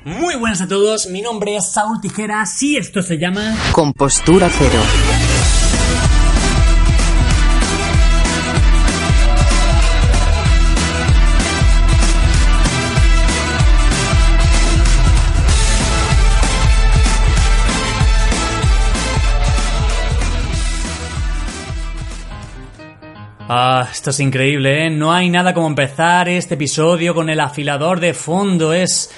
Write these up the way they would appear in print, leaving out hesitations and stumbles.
Muy buenas a todos, mi nombre es Saúl Tijeras y esto se llama Compostura Cero. Esto es increíble, ¿eh? No hay nada como empezar este episodio con el afilador de fondo. Esto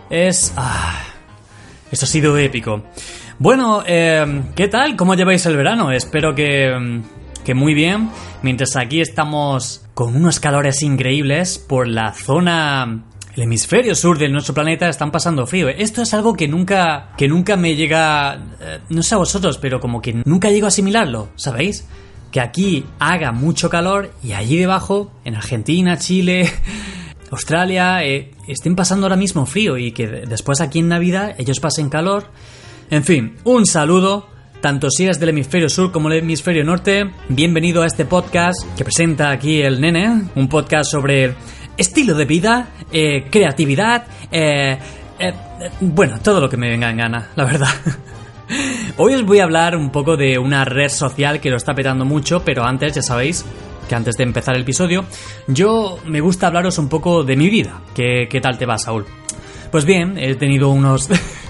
ha sido épico. Bueno, ¿qué tal? ¿Cómo lleváis el verano? Espero que muy bien. Mientras aquí estamos con unos calores increíbles por la zona... El hemisferio sur de nuestro planeta están pasando frío. Esto es algo que nunca me llega... no sé a vosotros, pero como que nunca llego a asimilarlo, ¿sabéis? Que aquí haga mucho calor y allí debajo, en Argentina, Chile, Australia, estén pasando ahora mismo frío y que después aquí en Navidad ellos pasen calor. En fin, un saludo, tanto si eres del hemisferio sur como del hemisferio norte. Bienvenido a este podcast que presenta aquí el Nene, un podcast sobre estilo de vida, creatividad, bueno, todo lo que me venga en gana, la verdad. Hoy os voy a hablar un poco de una red social que lo está petando mucho, pero antes, ya sabéis, que antes de empezar el episodio, yo me gusta hablaros un poco de mi vida. ¿Qué tal te va, Saúl? Pues bien, he tenido unos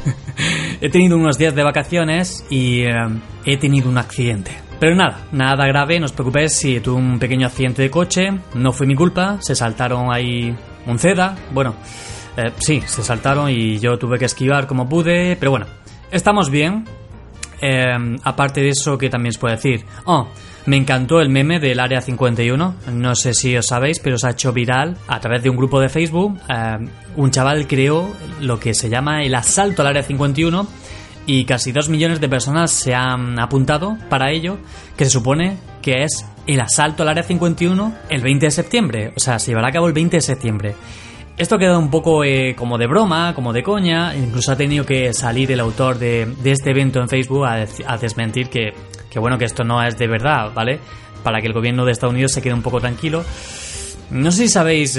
días de vacaciones y he tenido un accidente. Pero nada grave, no os preocupéis si tuve un pequeño accidente de coche, no fue mi culpa, se saltaron ahí un ceda, bueno, sí, se saltaron y yo tuve que esquivar como pude, pero bueno. Estamos bien. Aparte de eso, ¿qué también os puedo decir? Me encantó el meme del Área 51. No sé si os sabéis, pero se ha hecho viral a través de un grupo de Facebook. Un chaval creó lo que se llama el asalto al Área 51 y casi 2 millones de personas se han apuntado para ello, que se supone que es el asalto al Área 51 el 20 de septiembre. O sea, se llevará a cabo el 20 de septiembre. Esto ha quedado un poco como de broma, como de coña. Incluso ha tenido que salir el autor de este evento en Facebook a desmentir que bueno, que esto no es de verdad, ¿vale? Para que el gobierno de Estados Unidos se quede un poco tranquilo. No sé si sabéis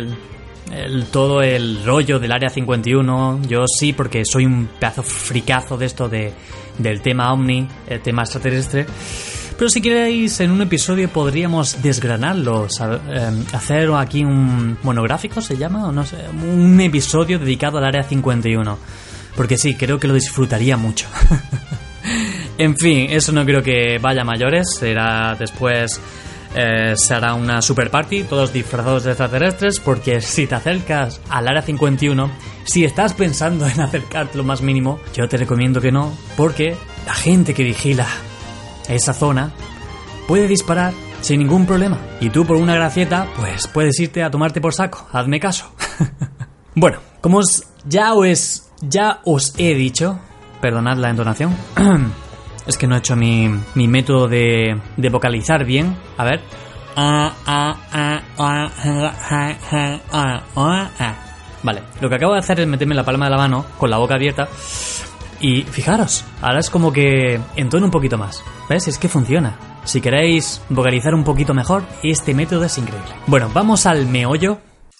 todo el rollo del Área 51. Yo sí, porque soy un pedazo fricazo de esto del tema OVNI, el tema extraterrestre. Pero si queréis, en un episodio podríamos desgranarlo, hacer aquí un monográfico, ¿se llama? O no sé, un episodio dedicado al Área 51. Porque sí, creo que lo disfrutaría mucho. En fin, eso no creo que vaya a mayores. Será después, se hará una super party, todos disfrazados de extraterrestres. Porque si te acercas al Área 51, si estás pensando en acercarte lo más mínimo, yo te recomiendo que no, porque la gente que vigila esa zona puede disparar sin ningún problema. Y tú, por una gracieta, pues puedes irte a tomarte por saco. Hazme caso. Bueno, como ya os he dicho, perdonad la entonación, es que no he hecho mi método de vocalizar bien. A ver. Vale, lo que acabo de hacer es meterme la palma de la mano con la boca abierta. Y fijaros, ahora es como que entona un poquito más. ¿Ves? Es que funciona. Si queréis vocalizar un poquito mejor, este método es increíble. Bueno, vamos al meollo.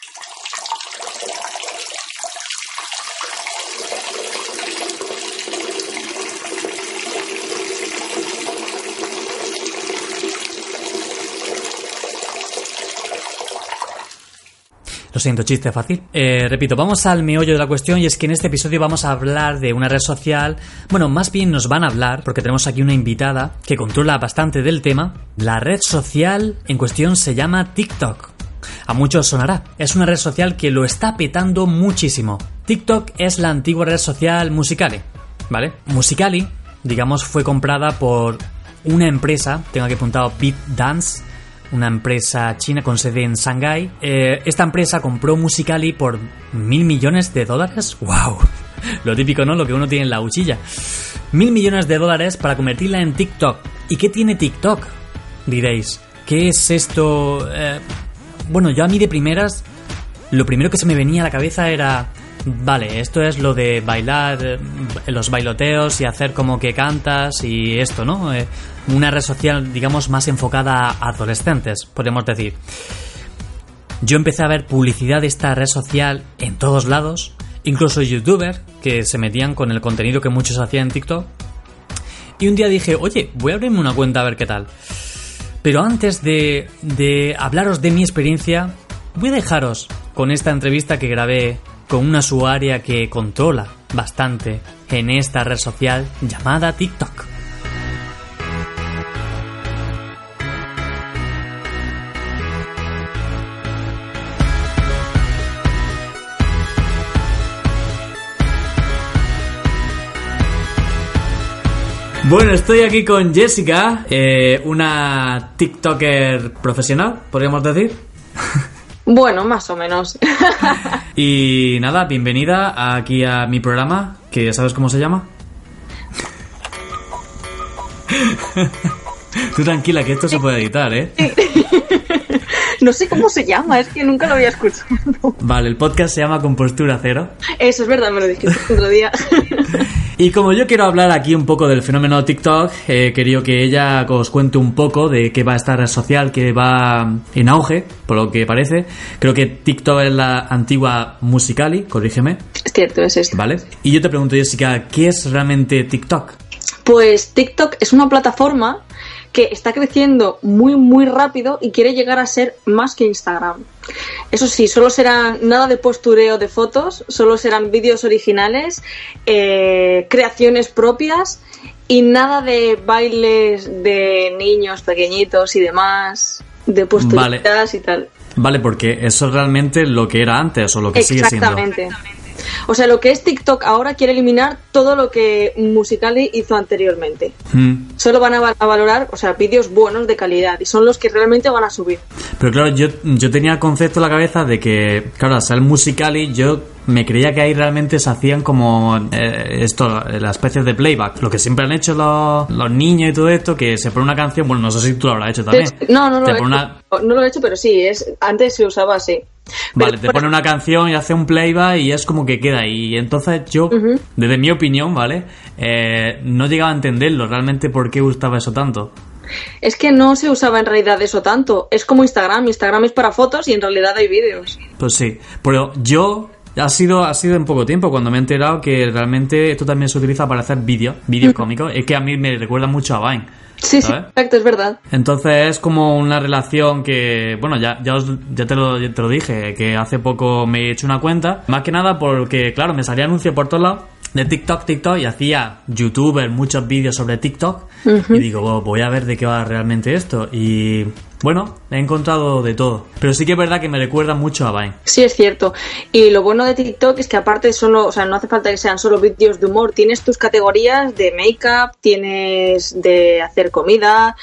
Lo siento, chiste fácil. Repito, vamos al meollo de la cuestión, y es que en este episodio vamos a hablar de una red social. Bueno, más bien nos van a hablar, porque tenemos aquí una invitada que controla bastante del tema. La red social en cuestión se llama TikTok. A muchos sonará. Es una red social que lo está petando muchísimo. TikTok es la antigua red social Musical.ly, ¿vale? Musical.ly, digamos, fue comprada por una empresa, tengo aquí apuntado ByteDance, una empresa china con sede en Shanghái. Esta empresa compró Musical.ly por $1.000 millones. ¡Wow! Lo típico, ¿no? Lo que uno tiene en la huchilla. $1.000 millones para convertirla en TikTok. ¿Y qué tiene TikTok? Diréis, ¿qué es esto? Bueno, yo a mí de primeras, lo primero que se me venía a la cabeza era... Vale, esto es lo de bailar, los bailoteos y hacer como que cantas y esto, ¿no? Una red social, digamos, más enfocada a adolescentes, podríamos decir. Yo empecé a ver publicidad de esta red social en todos lados incluso youtubers que se metían con el contenido que muchos hacían en TikTok. Y un día dije, oye, voy a abrirme una cuenta a ver qué tal. Pero antes de hablaros de mi experiencia, voy a dejaros con esta entrevista que grabé con una usuaria que controla bastante en esta red social llamada TikTok. Bueno, estoy aquí con Jessica, una TikToker profesional, podríamos decir. Bueno, más o menos. Y nada, bienvenida aquí a mi programa, que ¿sabes cómo se llama? Tú tranquila, que esto se puede editar, ¿eh? No sé cómo se llama, es que nunca lo había escuchado. Vale, el podcast se llama Compostura Cero. Eso es verdad, me lo dijiste el otro día. Y como yo quiero hablar aquí un poco del fenómeno TikTok, he querido que ella os cuente un poco de qué va esta red social que va en auge, por lo que parece. Creo que TikTok es la antigua Musical.ly, corrígeme. Es cierto, es esto. Vale. Y yo te pregunto, Jessica, ¿qué es realmente TikTok? Pues TikTok es una plataforma que está creciendo muy muy rápido y quiere llegar a ser más que Instagram. Eso sí, solo serán nada de postureo de fotos, solo serán vídeos originales, creaciones propias y nada de bailes de niños pequeñitos y demás, de posturitas y tal. Vale, porque eso es realmente lo que era antes o lo que sigue siendo. Exactamente. O sea, lo que es TikTok ahora quiere eliminar todo lo que Musical.ly hizo anteriormente. Solo van a valorar, o sea, vídeos buenos de calidad y son los que realmente van a subir. Pero claro, yo tenía el concepto en la cabeza de que, claro, al ser Musical.ly, yo me creía que ahí realmente se hacían como las especies de playback, lo que siempre han hecho los niños y todo esto, que se pone una canción, bueno, no sé si tú lo habrás hecho también. No lo he hecho, pero sí, antes se usaba así. Vale, te pone una canción y hace un playback y es como que queda ahí. Y entonces yo, desde mi opinión, ¿vale? No llegaba a entenderlo realmente por qué gustaba eso tanto. Es que no se usaba en realidad eso tanto. Es como Instagram es para fotos y en realidad hay vídeos. Pues sí, pero yo... Ha sido en poco tiempo cuando me he enterado que realmente esto también se utiliza para hacer vídeos cómicos. Es que a mí me recuerda mucho a Vine. Sí, ¿sabes? Sí, exacto, es verdad. Entonces es como una relación que, bueno, ya te lo dije, que hace poco me he hecho una cuenta. Más que nada porque, claro, me salía anuncio por todos lados de TikTok, y hacía youtubers muchos vídeos sobre TikTok. Y digo, voy a ver de qué va realmente esto. Y... bueno, he encontrado de todo. Pero sí que es verdad que me recuerda mucho a Vine. Sí, es cierto. Y lo bueno de TikTok es que aparte no hace falta que sean solo vídeos de humor. Tienes tus categorías de make-up, tienes de hacer comida,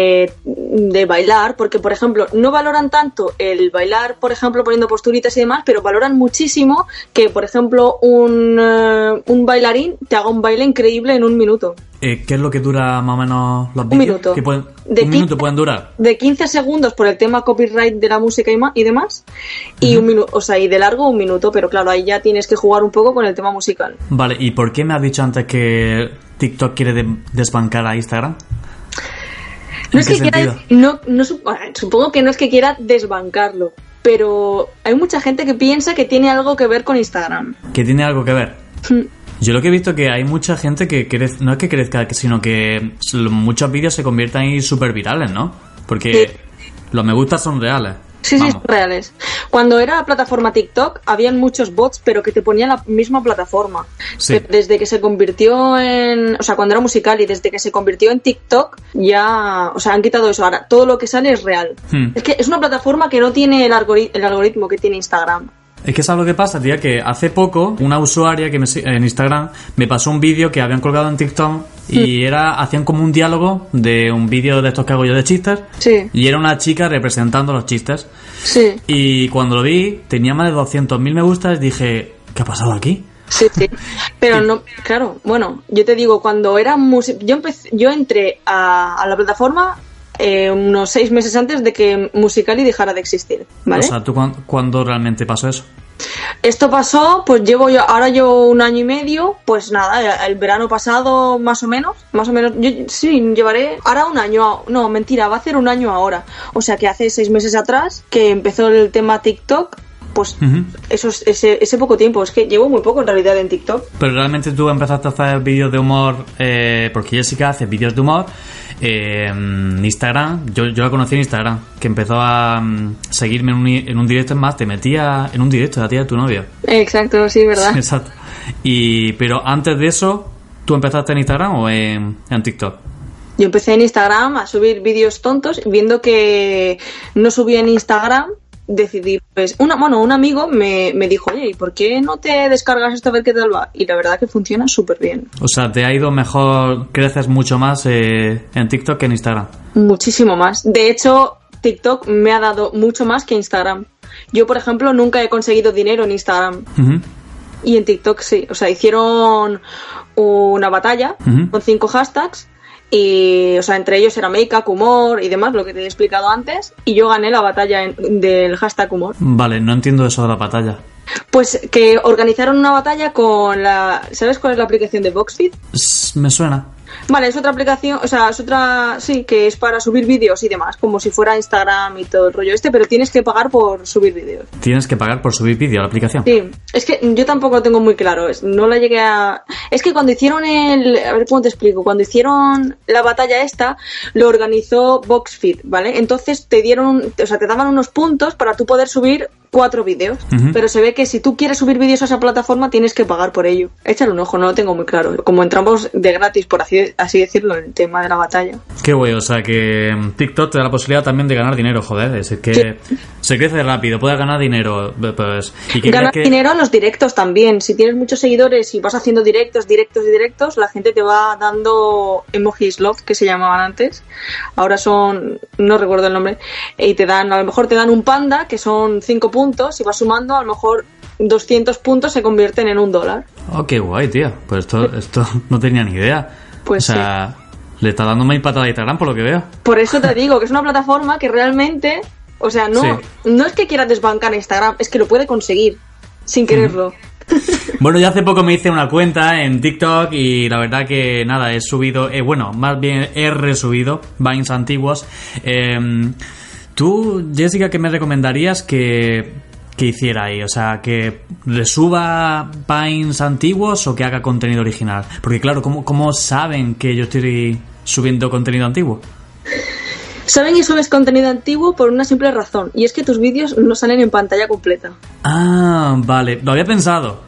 de bailar. Porque, por ejemplo, no valoran tanto el bailar, por ejemplo, poniendo posturitas y demás, pero valoran muchísimo que, por ejemplo, un bailarín te haga un baile increíble en 1 minuto. ¿Qué es lo que dura más o menos los vídeos? Un minuto. ¿Un minuto pueden durar? De 15 segundos por el tema copyright de la música y demás. Y 1 minuto, o sea, y de largo 1 minuto, pero claro, ahí ya tienes que jugar un poco con el tema musical. Vale, ¿y por qué me has dicho antes que TikTok quiere desbancar a Instagram? No es que quiera, supongo que no es que quiera desbancarlo, pero hay mucha gente que piensa que tiene algo que ver con Instagram. ¿Que tiene algo que ver? Yo lo que he visto que hay mucha gente que no es que crezca, sino que muchos vídeos se convierten en súper virales, ¿no? Porque los me gusta son reales. Sí, son reales. Cuando era la plataforma TikTok, habían muchos bots, pero que te ponían la misma plataforma. Sí. Desde que se convirtió en... O sea, cuando era Musical.ly, desde que se convirtió en TikTok, ya... O sea, han quitado eso. Ahora, todo lo que sale es real. Es que es una plataforma que no tiene el algoritmo que tiene Instagram. Es que ¿sabes lo que pasa, tía? Que hace poco una usuaria que en Instagram me pasó un vídeo que habían colgado en TikTok y hacían como un diálogo de un vídeo de estos que hago yo de chistes. Sí. Y era una chica representando los chistes. Sí. Y cuando lo vi, tenía más de 200.000 me gustas, dije, ¿qué ha pasado aquí? Sí. Pero no, claro, bueno, yo te digo, cuando era yo entré a la plataforma unos 6 meses antes de que Musical.ly dejara de existir, ¿vale? O sea, ¿tú cuándo realmente pasó eso? Esto pasó, pues ahora llevo 1 año y medio, pues nada, el verano pasado más o menos, yo sí, llevaré, ahora 1 año, no, mentira, va a hacer 1 año ahora, o sea que hace 6 meses atrás que empezó el tema TikTok, pues eso es ese poco tiempo. Es que llevo muy poco en realidad en TikTok. Pero realmente tú empezaste a hacer vídeos de humor, porque Jessica hace vídeos de humor en Instagram. Yo la conocí en Instagram, que empezó a seguirme en un directo. Es más, te metía en un directo, la tía de tu novio. Exacto, sí, verdad. Exacto. Pero antes de eso, ¿tú empezaste en Instagram o en TikTok? Yo empecé en Instagram a subir vídeos tontos, viendo que no subía en Instagram, decidí, pues, un amigo me dijo, oye, ¿y por qué no te descargas esto a ver qué tal va? Y la verdad que funciona súper bien. O sea, te ha ido mejor, creces mucho más en TikTok que en Instagram. Muchísimo más. De hecho, TikTok me ha dado mucho más que Instagram. Yo, por ejemplo, nunca he conseguido dinero en Instagram. Y en TikTok sí. O sea, hicieron una batalla con 5 hashtags. Y, o sea, entre ellos era make-up, humor y demás, lo que te he explicado antes. Y yo gané la batalla del hashtag humor. Vale, no entiendo eso de la batalla. Pues que organizaron una batalla con la... ¿Sabes cuál es la aplicación de VoxFeed? Me suena. Vale, es otra aplicación, o sea, es otra, sí, que es para subir vídeos y demás, como si fuera Instagram y todo el rollo pero tienes que pagar por subir vídeos. ¿Tienes que pagar por subir vídeo a la aplicación? Sí, es que yo tampoco lo tengo muy claro, no la llegué a... Es que cuando hicieron a ver cómo te explico, cuando hicieron la batalla esta, lo organizó VoxFeed, ¿vale? Entonces te daban unos puntos para tú poder subir 4 vídeos, pero se ve que si tú quieres subir vídeos a esa plataforma tienes que pagar por ello. Échale un ojo, no lo tengo muy claro. Como entramos de gratis, por así decirlo, en el tema de la batalla. Qué güey, o sea que TikTok te da la posibilidad también de ganar dinero, joder, es que sí. Se crece rápido, puedes ganar dinero, pues... Ganar dinero en los directos también. Si tienes muchos seguidores y vas haciendo directos, la gente te va dando emojis love, que se llamaban antes. Ahora son, no recuerdo el nombre, y a lo mejor te dan un panda, que son 5 puntos, y vas sumando, a lo mejor 200 puntos se convierten en $1. Oh, qué guay, tío. Pues esto no tenía ni idea. Pues o sea, sí. Le está dando más patada a Instagram por lo que veo. Por eso te digo que es una plataforma que realmente, o sea, no es que quiera desbancar Instagram, es que lo puede conseguir sin quererlo. Bueno, yo hace poco me hice una cuenta en TikTok y la verdad que nada, he subido, más bien he resubido Vines antiguos. Tú, Jessica, ¿qué me recomendarías que hiciera ahí? O sea, que resuba Vines antiguos o que haga contenido original. Porque claro, ¿cómo saben que yo estoy subiendo contenido antiguo? Saben que subes contenido antiguo por una simple razón, y es que tus vídeos no salen en pantalla completa. Ah, vale, lo había pensado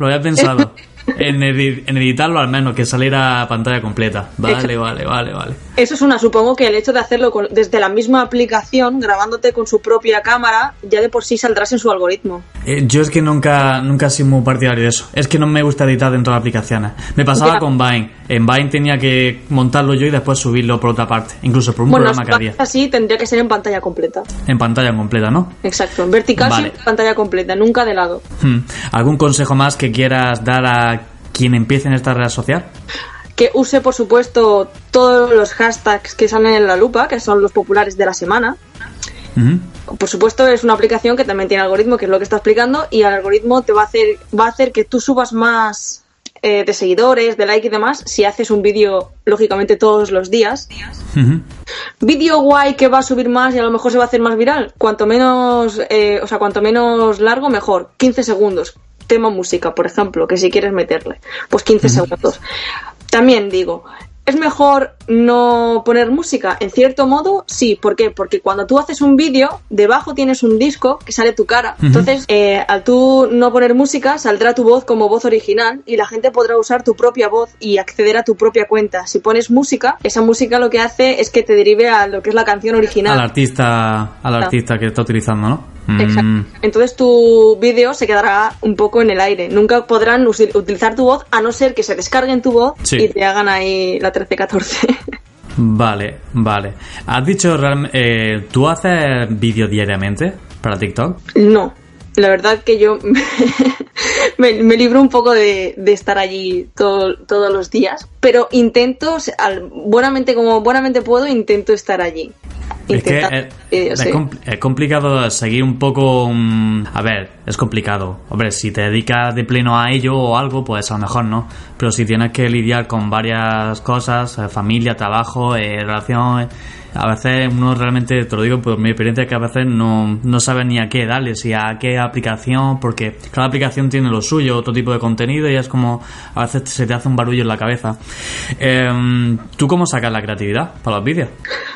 en editarlo al menos, que saliera a pantalla completa. Vale. Eso es supongo que el hecho de hacerlo desde la misma aplicación, grabándote con su propia cámara, ya de por sí saldrás en su algoritmo. Yo es que nunca he sido muy partidario de eso. Es que no me gusta editar dentro de aplicaciones. Me pasaba con Vine. En Vine tenía que montarlo yo y después subirlo por otra parte, incluso por un programa que había. Así tendría que ser en pantalla completa. En pantalla completa, ¿no? Exacto, en vertical vale. Sí, pantalla completa, nunca de lado. ¿Algún consejo más que quieras dar a quien empiece en esta red social? Que use, por supuesto, todos los hashtags que salen en la lupa, que son los populares de la semana. Por supuesto, es una aplicación que también tiene algoritmo, que es lo que está explicando, y el algoritmo te va a hacer que tú subas más de seguidores, de like y demás, si haces un vídeo, lógicamente, todos los días. Vídeo guay que va a subir más y a lo mejor se va a hacer más viral. Cuanto menos largo, mejor. 15 segundos. Tema música, por ejemplo, que si quieres meterle, pues 15 segundos. También digo, ¿es mejor no poner música? En cierto modo, sí. ¿Por qué? Porque cuando tú haces un vídeo, debajo tienes un disco que sale tu cara. Entonces, al tú no poner música, saldrá tu voz como voz original y la gente podrá usar tu propia voz y acceder a tu propia cuenta. Si pones música, esa música lo que hace es que te derive a lo que es la canción original. Al artista que está utilizando, ¿no? Exacto. Entonces tu vídeo se quedará un poco en el aire. Nunca podrán utilizar tu voz a no ser que se descarguen tu voz y te hagan ahí la 13-14. Vale. ¿Has dicho tú haces vídeos diariamente para TikTok? No. La verdad que yo me libro un poco de estar allí todos los días, pero intento, buenamente puedo, intento estar allí. intentar. Es complicado seguir un poco. A ver, es complicado. Hombre, si te dedicas de pleno a ello o algo, pues a lo mejor no. Pero si tienes que lidiar con varias cosas, familia, trabajo, relación. A veces uno realmente, te lo digo por mi experiencia, que a veces no sabe ni a qué darle, si a qué aplicación, porque cada aplicación tiene lo suyo, otro tipo de contenido, y es como a veces se te hace un barullo en la cabeza. ¿Tú cómo sacas la creatividad para los vídeos?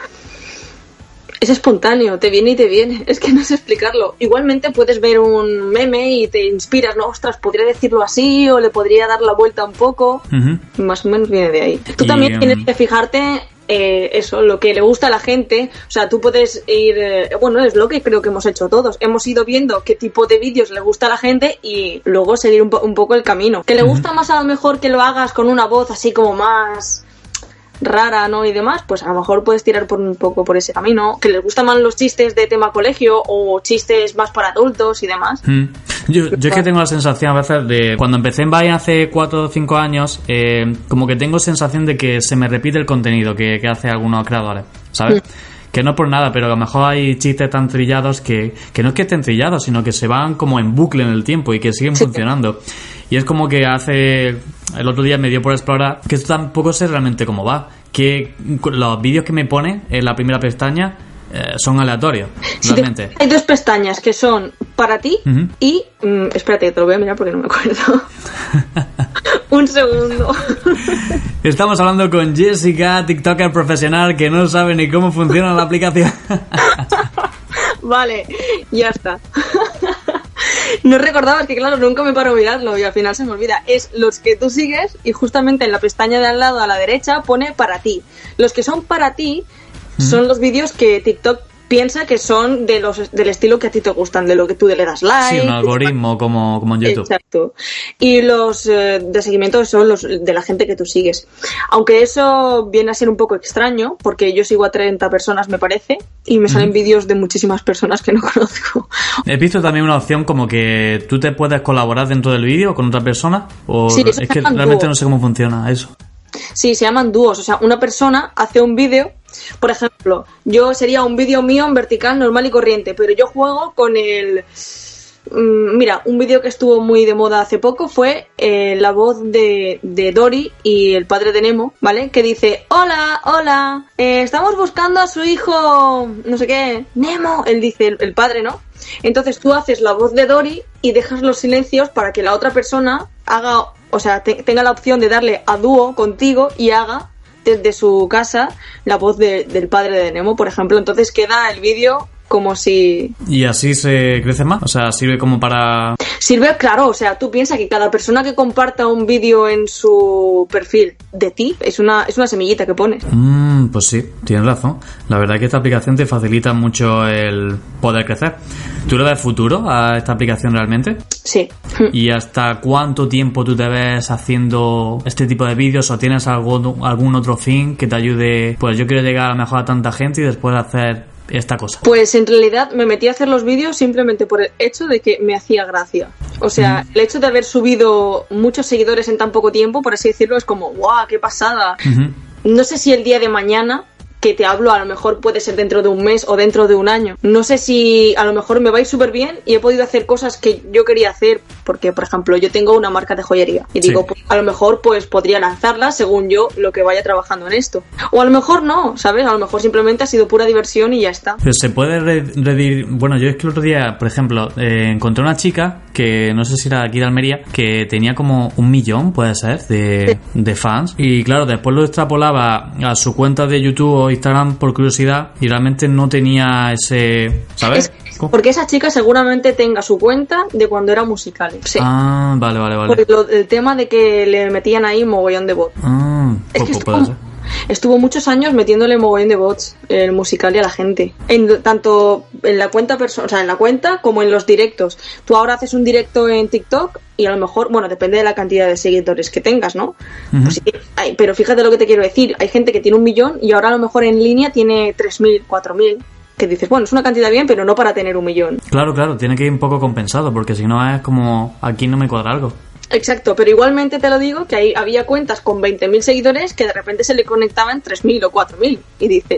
Es espontáneo, te viene y te viene. Es que no sé explicarlo. Igualmente puedes ver un meme y te inspiras, ¿no? Ostras, podría decirlo así o le podría dar la vuelta un poco. Uh-huh. Más o menos viene de ahí. Tú también tienes que fijarte eso, lo que le gusta a la gente. O sea, tú puedes ir... bueno, es lo que creo que hemos hecho todos. Hemos ido viendo qué tipo de vídeos le gusta a la gente y luego seguir un poco el camino. Que le gusta más a lo mejor que lo hagas con una voz así como más... rara, ¿no? Y demás, pues a lo mejor puedes tirar un poco por ese camino. Que les gustan más los chistes de tema colegio o chistes más para adultos y demás. Yo es que tengo la sensación a veces de... Cuando empecé en Vine hace 4 o 5 años, como que tengo sensación de que se me repite el contenido que hacen algunos creadores, ¿sabes? Que no por nada, pero a lo mejor hay chistes tan trillados que no es que estén trillados, sino que se van como en bucle en el tiempo y que siguen funcionando. Y es como que el otro día me dio por explorar que esto tampoco sé realmente cómo va. Que los vídeos que me pone en la primera pestaña son aleatorios, realmente. Hay 2 pestañas que son para ti y... espérate, te lo voy a mirar porque no me acuerdo. Un segundo. Estamos hablando con Jessica, TikToker profesional, que no sabe ni cómo funciona la aplicación. Vale, ya está. No recordaba, es que claro, nunca me paro a mirarlo y al final se me olvida. Es los que tú sigues y justamente en la pestaña de al lado a la derecha pone para ti. Los que son para ti son los vídeos que TikTok piensa que son del estilo que a ti te gustan, de lo que tú le das like. Sí, un algoritmo como en YouTube. Exacto. Y los de seguimiento son los de la gente que tú sigues. Aunque eso viene a ser un poco extraño, porque yo sigo a 30 personas, me parece, y me salen vídeos de muchísimas personas que no conozco. He visto también una opción como que tú te puedes colaborar dentro del vídeo con otra persona, o sí, es que realmente no sé cómo funciona eso. Sí, se llaman dúos. O sea, una persona hace un vídeo. Por ejemplo, yo sería un vídeo mío en vertical normal y corriente, pero yo juego con el... Mira, un vídeo que estuvo muy de moda hace poco fue la voz de Dory y el padre de Nemo, ¿vale? Que dice, hola, estamos buscando a su hijo, no sé qué, Nemo, él dice, el padre, ¿no? Entonces tú haces la voz de Dory y dejas los silencios para que la otra persona haga, o sea, tenga la opción de darle a dúo contigo y haga desde su casa la voz del padre de Nemo, por ejemplo. Entonces queda el vídeo como si... ¿Y así se crece más? O sea, ¿sirve como para...? Sirve, claro, o sea, tú piensas que cada persona que comparta un vídeo en su perfil de ti es una semillita que pones. Pues sí, tienes razón. La verdad es que esta aplicación te facilita mucho el poder crecer. ¿Tú le ves futuro a esta aplicación realmente? Sí. ¿Y hasta cuánto tiempo tú te ves haciendo este tipo de vídeos o tienes algún otro fin que te ayude? Pues yo quiero llegar a lo mejor a tanta gente y después hacer esta cosa. Pues en realidad me metí a hacer los vídeos simplemente por el hecho de que me hacía gracia. O sea, el hecho de haber subido muchos seguidores en tan poco tiempo, por así decirlo, es como ¡guau, qué pasada! No sé si el día de mañana que te hablo a lo mejor puede ser dentro de un mes o dentro de un año. No sé si a lo mejor me va a ir súper bien y he podido hacer cosas que yo quería hacer, porque por ejemplo yo tengo una marca de joyería y digo, pues, a lo mejor pues podría lanzarla según yo lo que vaya trabajando en esto. O a lo mejor no, ¿sabes? A lo mejor simplemente ha sido pura diversión y ya está. Pero se puede bueno, yo es que el otro día, por ejemplo, encontré una chica que no sé si era de aquí de Almería, que tenía como 1 millón, puede ser, de fans. Y claro, después lo extrapolaba a su cuenta de YouTube o Instagram por curiosidad y realmente no tenía ese, ¿sabes? Porque esa chica seguramente tenga su cuenta de cuando era Musicales. Sí. Ah, vale. Por el tema de que le metían ahí mogollón de bots. Es que estuvo muchos años metiéndole mogollón de bots el Musical.ly a la gente. Tanto en la cuenta o sea, en la cuenta como en los directos. Tú ahora haces un directo en TikTok y a lo mejor, bueno, depende de la cantidad de seguidores que tengas, ¿no? Pues sí, pero fíjate lo que te quiero decir. Hay gente que tiene 1 millón y ahora a lo mejor en línea tiene 3.000, 4.000. Que dices, bueno, es una cantidad bien, pero no para tener 1 millón. Claro, tiene que ir un poco compensado, porque si no es como, aquí no me cuadra algo. Exacto, pero igualmente te lo digo que había cuentas con 20.000 seguidores que de repente se le conectaban 3.000 o 4.000 y dices,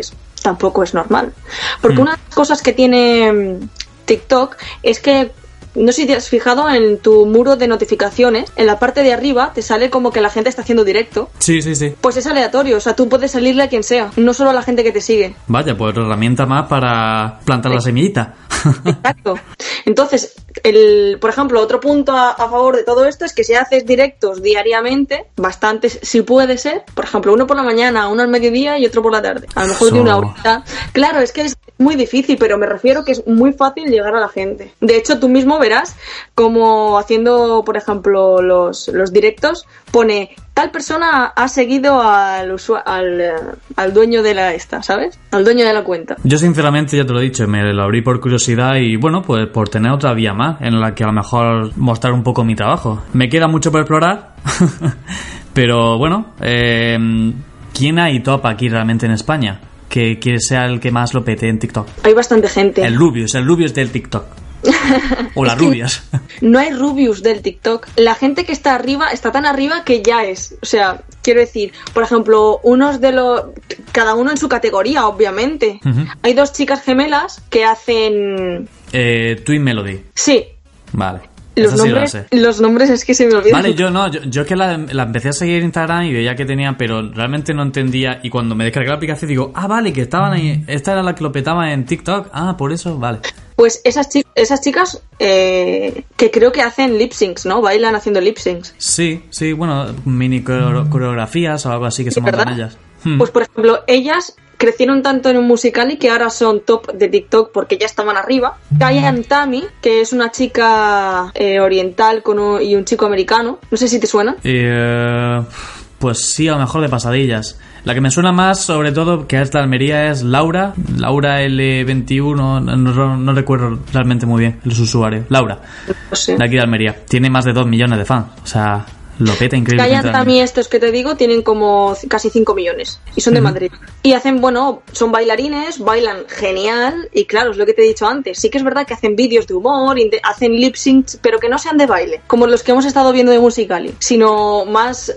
tampoco es normal. Porque una de las cosas que tiene TikTok es que, no sé si te has fijado en tu muro de notificaciones, en la parte de arriba te sale como que la gente está haciendo directo. Sí, sí, sí. Pues es aleatorio, o sea, tú puedes salirle a quien sea, no solo a la gente que te sigue. Vaya, pues herramienta más para plantar la semillita. Exacto. Entonces, por ejemplo, otro punto a favor de todo esto es que si haces directos diariamente, bastantes, si puede ser, por ejemplo, uno por la mañana, uno al mediodía y otro por la tarde. A lo mejor de una horita. Claro, es que es muy difícil, pero me refiero que es muy fácil llegar a la gente. De hecho, tú mismo verás como haciendo, por ejemplo, los directos, pone tal persona ha seguido al dueño de la ¿sabes? Al dueño de la cuenta. Yo sinceramente, ya te lo he dicho, me lo abrí por curiosidad y bueno, pues por tener otra vía más en la que a lo mejor mostrar un poco mi trabajo. Me queda mucho por explorar, pero bueno, ¿quién hay top aquí realmente en España? Que sea el que más lo pete en TikTok. Hay bastante gente. El Rubius del TikTok. O las rubias. No hay Rubius del TikTok. La gente que está arriba está tan arriba que ya es. O sea, quiero decir, por ejemplo, cada uno en su categoría, obviamente. Uh-huh. Hay dos chicas gemelas que hacen Twin Melody. Sí. Vale. Los nombres es que se me olvidan. Vale, yo que la empecé a seguir en Instagram y veía que tenía, pero realmente no entendía. Y cuando me descargué la aplicación digo, vale, que estaban ahí. Esta era la que lo petaba en TikTok. Por eso, vale. Pues esas chicas que creo que hacen lip syncs, ¿no? Bailan haciendo lip syncs. Sí, bueno, mini coreografías o algo así que se montan ellas. Pues por ejemplo, ellas crecieron tanto en un musical y que ahora son top de TikTok porque ya estaban arriba. Kaya Tami, que es una chica oriental y un chico americano. No sé si te suena. Pues sí, a lo mejor de pasadillas. La que me suena más, sobre todo, que es de Almería, es Laura L21, no recuerdo realmente muy bien los usuarios. Laura, sí. De aquí de Almería. Tiene más de 2 millones de fans, o sea, lo peta increíblemente. Callan también estos que te digo, tienen como casi 5 millones y son de Madrid. Y hacen, son bailarines, bailan genial y claro, es lo que te he dicho antes. Sí que es verdad que hacen vídeos de humor, hacen lip syncs, pero que no sean de baile, como los que hemos estado viendo de Musical.ly, sino más...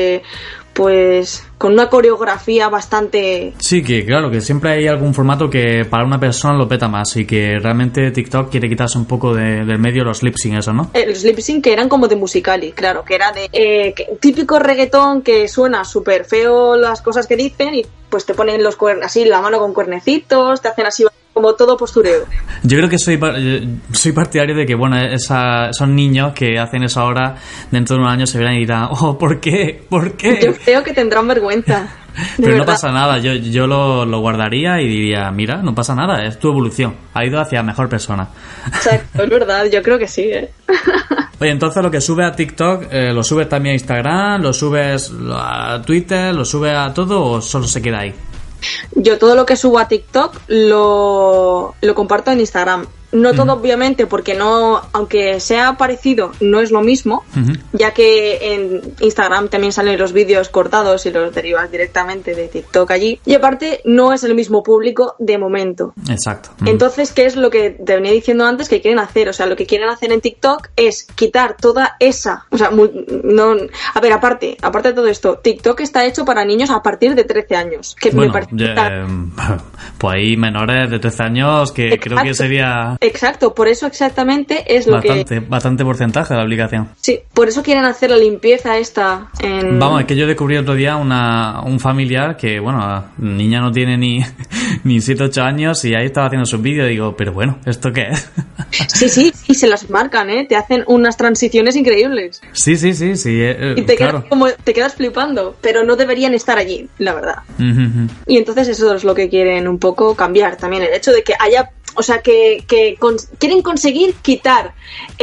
pues con una coreografía bastante... Sí, que claro, que siempre hay algún formato que para una persona lo peta más y que realmente TikTok quiere quitarse un poco del medio los lip sync, eso, ¿no? Los lip sync que eran como de Musical.ly, claro, que era de típico reggaetón que suena súper feo las cosas que dicen y pues te ponen así la mano con cuernecitos, te hacen así como todo postureo. Yo creo que soy partidario de que, son niños que hacen eso ahora, dentro de unos años se verán y dirán, ¿por qué? Yo creo que tendrán vergüenza. Pero verdad. No pasa nada, yo lo guardaría y diría, mira, no pasa nada, es tu evolución, ha ido hacia mejor persona. Exacto, es verdad, yo creo que sí, Oye, entonces lo que sube a TikTok, ¿lo subes también a Instagram? ¿Lo subes a Twitter? ¿Lo subes a todo o solo se queda ahí? Yo todo lo que subo a TikTok lo comparto en Instagram. No todo, obviamente, porque no, aunque sea parecido, no es lo mismo, ya que en Instagram también salen los vídeos cortados y los derivas directamente de TikTok allí. Y aparte, no es el mismo público de momento. Exacto. Entonces, ¿qué es lo que te venía diciendo antes que quieren hacer? O sea, lo que quieren hacer en TikTok es quitar toda esa... O sea, no... A ver, aparte de todo esto, TikTok está hecho para niños a partir de 13 años. Que me parece pues hay menores de 13 años que Exacto. Creo que sería... Exacto, por eso exactamente es lo bastante porcentaje de la aplicación. Sí, por eso quieren hacer la limpieza esta en... Vamos, es que yo descubrí otro día un familiar que, la niña no tiene ni 7 8 años y ahí estaba haciendo sus vídeos y digo, pero bueno, ¿esto qué es? Sí, se las marcan, te hacen unas transiciones increíbles. Sí. Y te quedas flipando, pero no deberían estar allí, la verdad. Uh-huh. Y entonces eso es lo que quieren un poco cambiar también, el hecho de que haya... O sea, que quieren conseguir quitar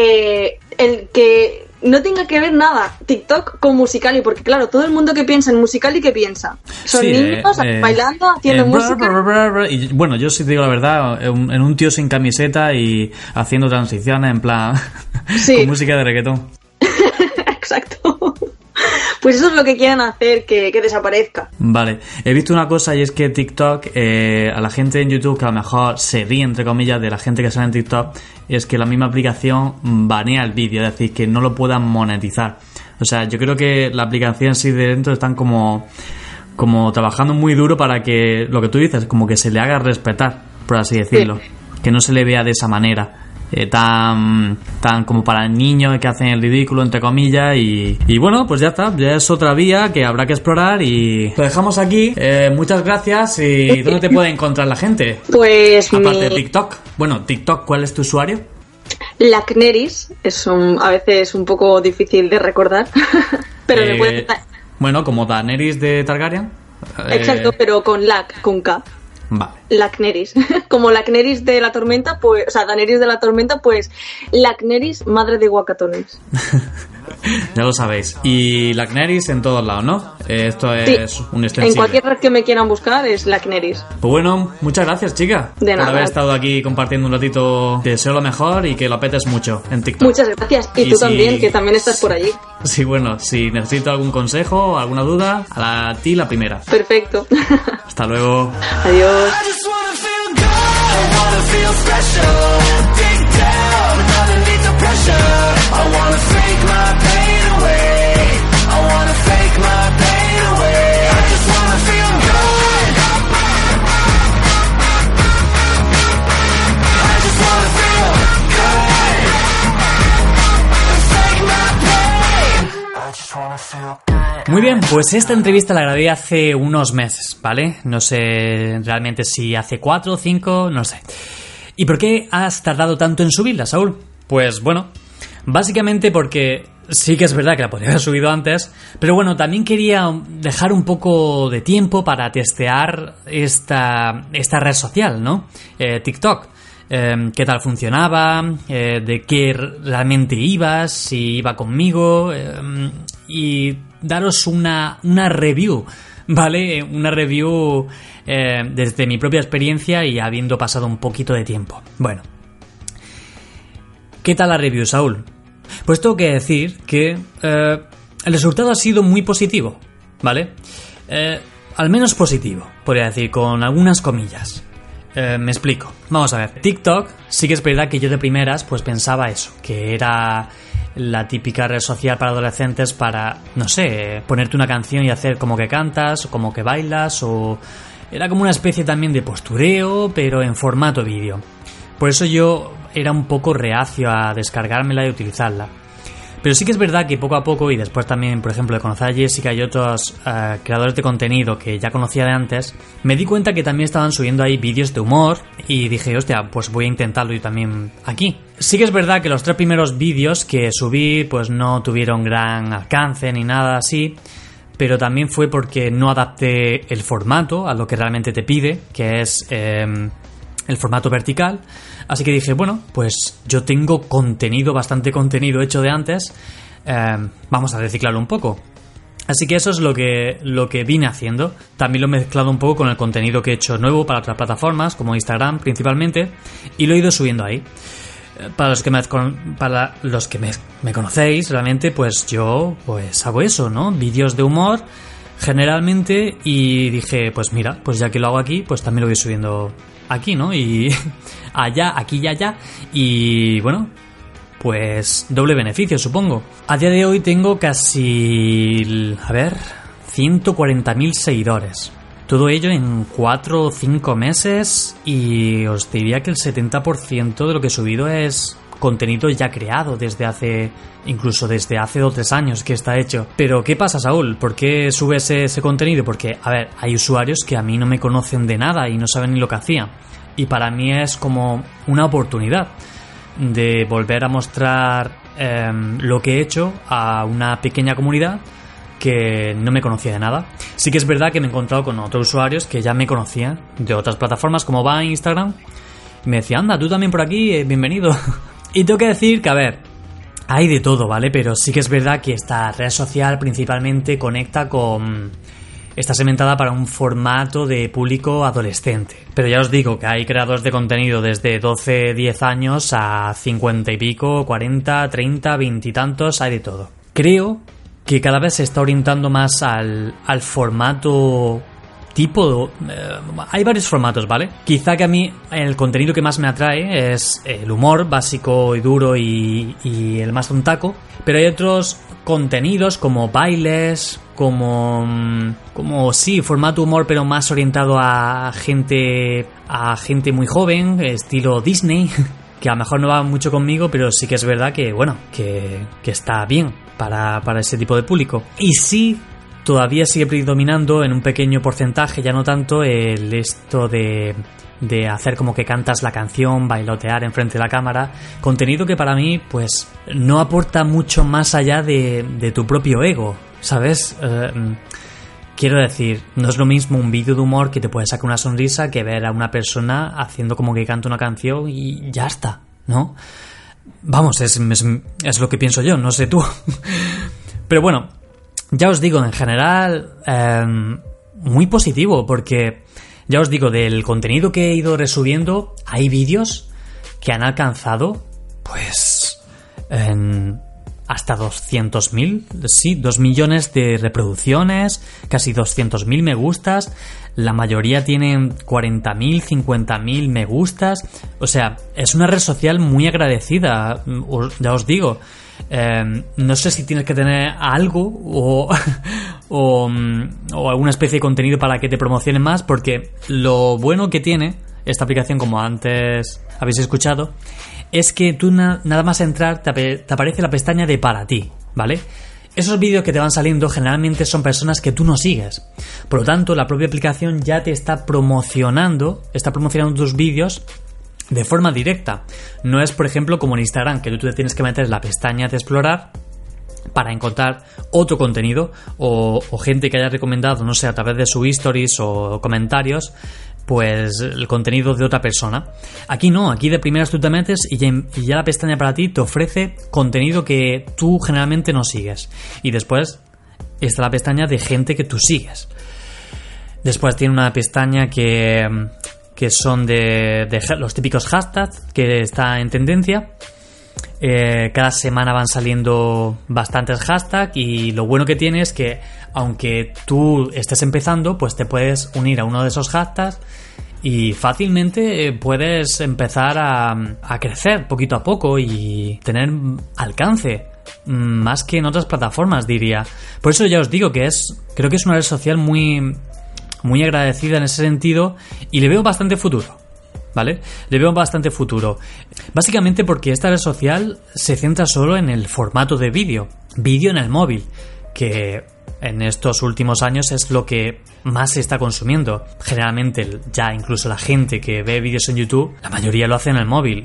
el que no tenga que ver nada TikTok con Musical.ly, porque claro, todo el mundo que piensa en Musical.ly, ¿qué piensa? Son niños bailando, haciendo música. Y bueno, yo sí te digo la verdad, en un tío sin camiseta y haciendo transiciones en plan con música de reggaetón. Exacto. Pues eso es lo que quieren hacer, que desaparezca. Vale, he visto una cosa y es que TikTok, a la gente en YouTube que a lo mejor se ríe, entre comillas, de la gente que sale en TikTok, es que la misma aplicación banea el vídeo, es decir, que no lo puedan monetizar. O sea, yo creo que la aplicación en sí de dentro están como como trabajando muy duro para que, lo que tú dices, como que se le haga respetar, por así decirlo. Sí. Que no se le vea de esa manera. Tan como para el niño que hacen el ridículo, entre comillas, y bueno, pues ya está, ya es otra vía que habrá que explorar y lo dejamos aquí. Muchas gracias. ¿Y dónde te puede encontrar la gente? Pues aparte de TikTok. Bueno, TikTok, ¿cuál es tu usuario? Lacneris, a veces un poco difícil de recordar, pero me puede... Bueno, como Daenerys de Targaryen. Exacto, pero con K. Vale. Lacneris. Como Lacneris de la tormenta, pues... O sea, Daenerys de la tormenta, pues... Lacneris, madre de guacatones. Ya lo sabéis. Y Lacneris en todos lados, ¿no? Esto es sí, un extensible. En cualquier red que me quieran buscar es Lacneris. Pues bueno, muchas gracias, chica. De nada. Por haber estado aquí compartiendo un ratito. Te deseo lo mejor y que lo apetes mucho en TikTok. Muchas gracias. Y tú también, que también estás por allí. Sí, bueno, si necesito algún consejo o alguna duda, a ti la primera. Perfecto. Hasta luego. Adiós. Muy bien, pues esta entrevista la grabé hace unos meses, ¿vale? No sé realmente si hace 4 o 5, no sé. ¿Y por qué has tardado tanto en subirla, Saúl? Pues bueno, básicamente porque sí que es verdad que la podría haber subido antes, pero bueno, también quería dejar un poco de tiempo para testear esta red social, ¿no? TikTok. Qué tal funcionaba, de qué realmente ibas, si iba conmigo, y daros una review, ¿vale? Una review desde mi propia experiencia y habiendo pasado un poquito de tiempo. Bueno, ¿qué tal la review, Saúl? Pues tengo que decir que el resultado ha sido muy positivo, ¿vale? Al menos positivo, podría decir, con algunas comillas. Me explico. Vamos a ver. TikTok sí que es verdad que yo de primeras pues pensaba eso, que era la típica red social para adolescentes para, no sé, ponerte una canción y hacer como que cantas, o como que bailas, o era como una especie también de postureo, pero en formato vídeo. Por eso yo era un poco reacio a descargármela y utilizarla. Pero sí que es verdad que poco a poco, y después también, por ejemplo, de conocer a Jessica y otros creadores de contenido que ya conocía de antes, me di cuenta que también estaban subiendo ahí vídeos de humor y dije, hostia, pues voy a intentarlo yo también aquí. Sí que es verdad que los 3 primeros vídeos que subí pues no tuvieron gran alcance ni nada así, pero también fue porque no adapté el formato a lo que realmente te pide, que es el formato vertical. Así que dije, bueno, pues yo tengo bastante contenido hecho de antes, vamos a reciclarlo un poco. Así que eso es lo que vine haciendo. También lo he mezclado un poco con el contenido que he hecho nuevo para otras plataformas, como Instagram principalmente, y lo he ido subiendo ahí. Para los que me conocéis, realmente, pues yo pues hago eso, ¿no? Vídeos de humor, generalmente, y dije, pues mira, pues ya que lo hago aquí, pues también lo voy subiendo aquí, ¿no? Y allá, aquí y allá. Y bueno, pues doble beneficio, supongo. A día de hoy tengo casi, 140.000 seguidores. Todo ello en 4 o 5 meses, y os diría que el 70% de lo que he subido es contenido ya creado incluso desde hace 2 o 3 años que está hecho. Pero ¿qué pasa, Saúl? ¿Por qué subes ese contenido? Porque, hay usuarios que a mí no me conocen de nada y no saben ni lo que hacía. Y para mí es como una oportunidad de volver a mostrar lo que he hecho a una pequeña comunidad que no me conocía de nada. Sí que es verdad que me he encontrado con otros usuarios que ya me conocían de otras plataformas como Vine, Instagram, y me decían, anda, tú también por aquí, bienvenido. Y tengo que decir que, hay de todo, ¿vale? Pero sí que es verdad que esta red social principalmente conecta con... Está segmentada para un formato de público adolescente. Pero ya os digo que hay creadores de contenido desde 12, 10 años a 50 y pico, 40, 30, 20 y tantos, hay de todo. Creo que cada vez se está orientando más al formato tipo... hay varios formatos, ¿vale? Quizá que a mí el contenido que más me atrae es el humor básico y duro y el más tontaco, pero hay otros contenidos como bailes, como sí, formato humor, pero más orientado a gente muy joven, estilo Disney, que a lo mejor no va mucho conmigo, pero sí que es verdad que, bueno, que está bien para ese tipo de público. Y sí, todavía sigue predominando en un pequeño porcentaje, ya no tanto, esto de hacer como que cantas la canción, bailotear enfrente de la cámara, contenido que para mí pues no aporta mucho más allá de tu propio ego, ¿sabes? Quiero decir, no es lo mismo un vídeo de humor que te puede sacar una sonrisa que ver a una persona haciendo como que canta una canción y ya está, ¿no? Vamos, es lo que pienso yo, no sé tú. Pero bueno, ya os digo, en general, muy positivo, porque ya os digo, del contenido que he ido resubiendo, hay vídeos que han alcanzado, pues, hasta 200.000, sí, 2 millones de reproducciones, casi 200.000 me gustas, la mayoría tienen 40.000, 50.000 me gustas, o sea, es una red social muy agradecida, ya os digo. No sé si tienes que tener algo o alguna especie de contenido para que te promocionen más, porque lo bueno que tiene esta aplicación, como antes habéis escuchado, es que tú nada más entrar te aparece la pestaña de para ti, ¿vale? Esos vídeos que te van saliendo generalmente son personas que tú no sigues. Por lo tanto, la propia aplicación ya te está promocionando tus vídeos de forma directa. No es, por ejemplo, como en Instagram, que tú te tienes que meter en la pestaña de explorar para encontrar otro contenido o gente que haya recomendado, no sé, a través de sus stories o comentarios, pues el contenido de otra persona. Aquí no, aquí de primeras tú te metes y ya la pestaña para ti te ofrece contenido que tú generalmente no sigues. Y después está la pestaña de gente que tú sigues. Después tiene una pestaña que son de los típicos hashtags que está en tendencia. Cada semana van saliendo bastantes hashtags y lo bueno que tiene es que aunque tú estés empezando, pues te puedes unir a uno de esos hashtags y fácilmente puedes empezar a crecer poquito a poco y tener alcance más que en otras plataformas, diría. Por eso ya os digo que creo que es una red social muy agradecida en ese sentido y le veo bastante futuro, ¿vale? Le veo bastante futuro. Básicamente porque esta red social se centra solo en el formato de vídeo en el móvil, que en estos últimos años es lo que más se está consumiendo. Generalmente ya incluso la gente que ve vídeos en YouTube, la mayoría lo hace en el móvil.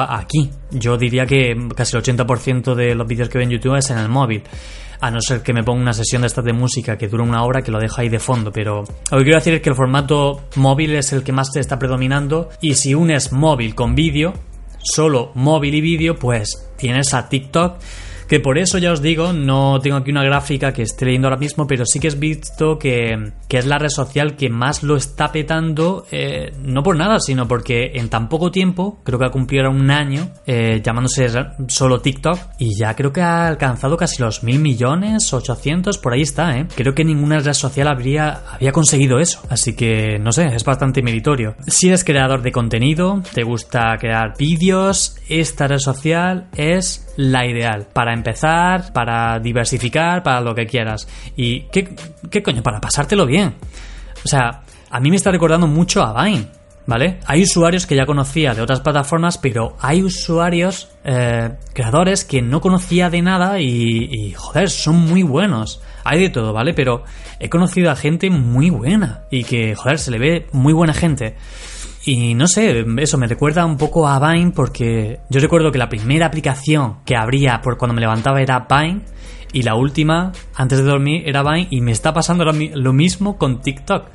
Yo diría que casi el 80% de los vídeos que veo en YouTube es en el móvil. A no ser que me ponga una sesión de estas de música que dura 1 hora, que lo dejo ahí de fondo. Pero lo que quiero decir es que el formato móvil es el que más se está predominando. Y si unes móvil con vídeo, solo móvil y vídeo, pues tienes a TikTok. Que por eso ya os digo, no tengo aquí una gráfica que esté leyendo ahora mismo, pero sí que he visto que es la red social que más lo está petando, no por nada, sino porque en tan poco tiempo, creo que ha cumplido 1 año, llamándose solo TikTok, y ya creo que ha alcanzado casi los 1.000 millones, 800, por ahí está, Creo que ninguna red social había conseguido eso, así que, no sé, es bastante meritorio. Si eres creador de contenido, te gusta crear vídeos, esta red social es la ideal para empezar, para diversificar, para lo que quieras. Y ¿qué coño? Para pasártelo bien. O sea, a mí me está recordando mucho a Vine, ¿vale? Hay usuarios que ya conocía de otras plataformas, pero hay usuarios, creadores que no conocía de nada y joder, son muy buenos. Hay de todo, ¿vale? Pero he conocido a gente muy buena y que, joder, se le ve muy buena gente. Y no sé, eso me recuerda un poco a Vine, porque yo recuerdo que la primera aplicación que abría por cuando me levantaba era Vine y la última, antes de dormir, era Vine, y me está pasando lo mismo con TikTok.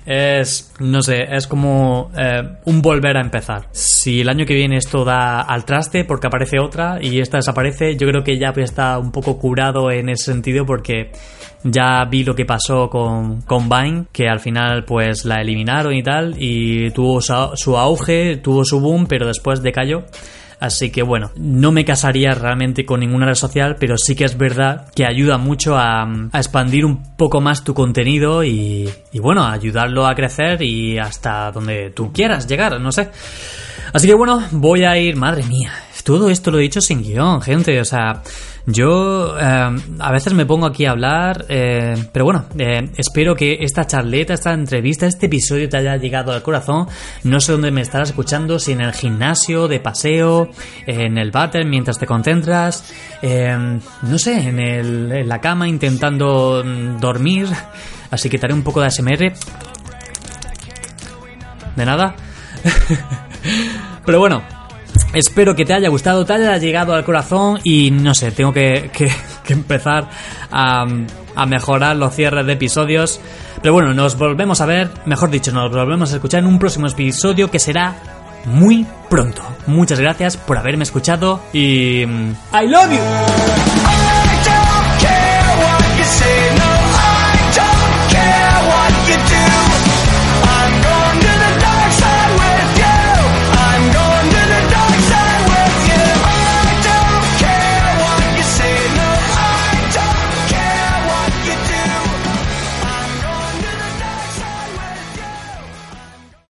No sé, es como un volver a empezar. Si el año que viene esto da al traste porque aparece otra y esta desaparece, yo creo que ya está un poco curado en ese sentido, porque ya vi lo que pasó con Vine, que al final pues la eliminaron y tal, y tuvo su auge, tuvo su boom, pero después decayó. Así que bueno, no me casaría realmente con ninguna red social, pero sí que es verdad que ayuda mucho a expandir un poco más tu contenido y bueno, a ayudarlo a crecer y hasta donde tú quieras llegar, no sé. Así que bueno, voy a ir... Madre mía, todo esto lo he dicho sin guión, gente. O sea, yo a veces me pongo aquí a hablar, pero bueno, espero que esta charleta, esta entrevista, este episodio te haya llegado al corazón. No sé dónde me estarás escuchando, si en el gimnasio, de paseo, en el váter mientras te concentras, no sé, en la cama intentando dormir. Así que te haré un poco de ASMR. De nada. Pero bueno, espero que te haya gustado, te haya llegado al corazón y no sé, tengo que empezar a mejorar los cierres de episodios. Pero bueno, nos volvemos a ver, mejor dicho, nos volvemos a escuchar en un próximo episodio que será muy pronto. Muchas gracias por haberme escuchado y... ¡I love you!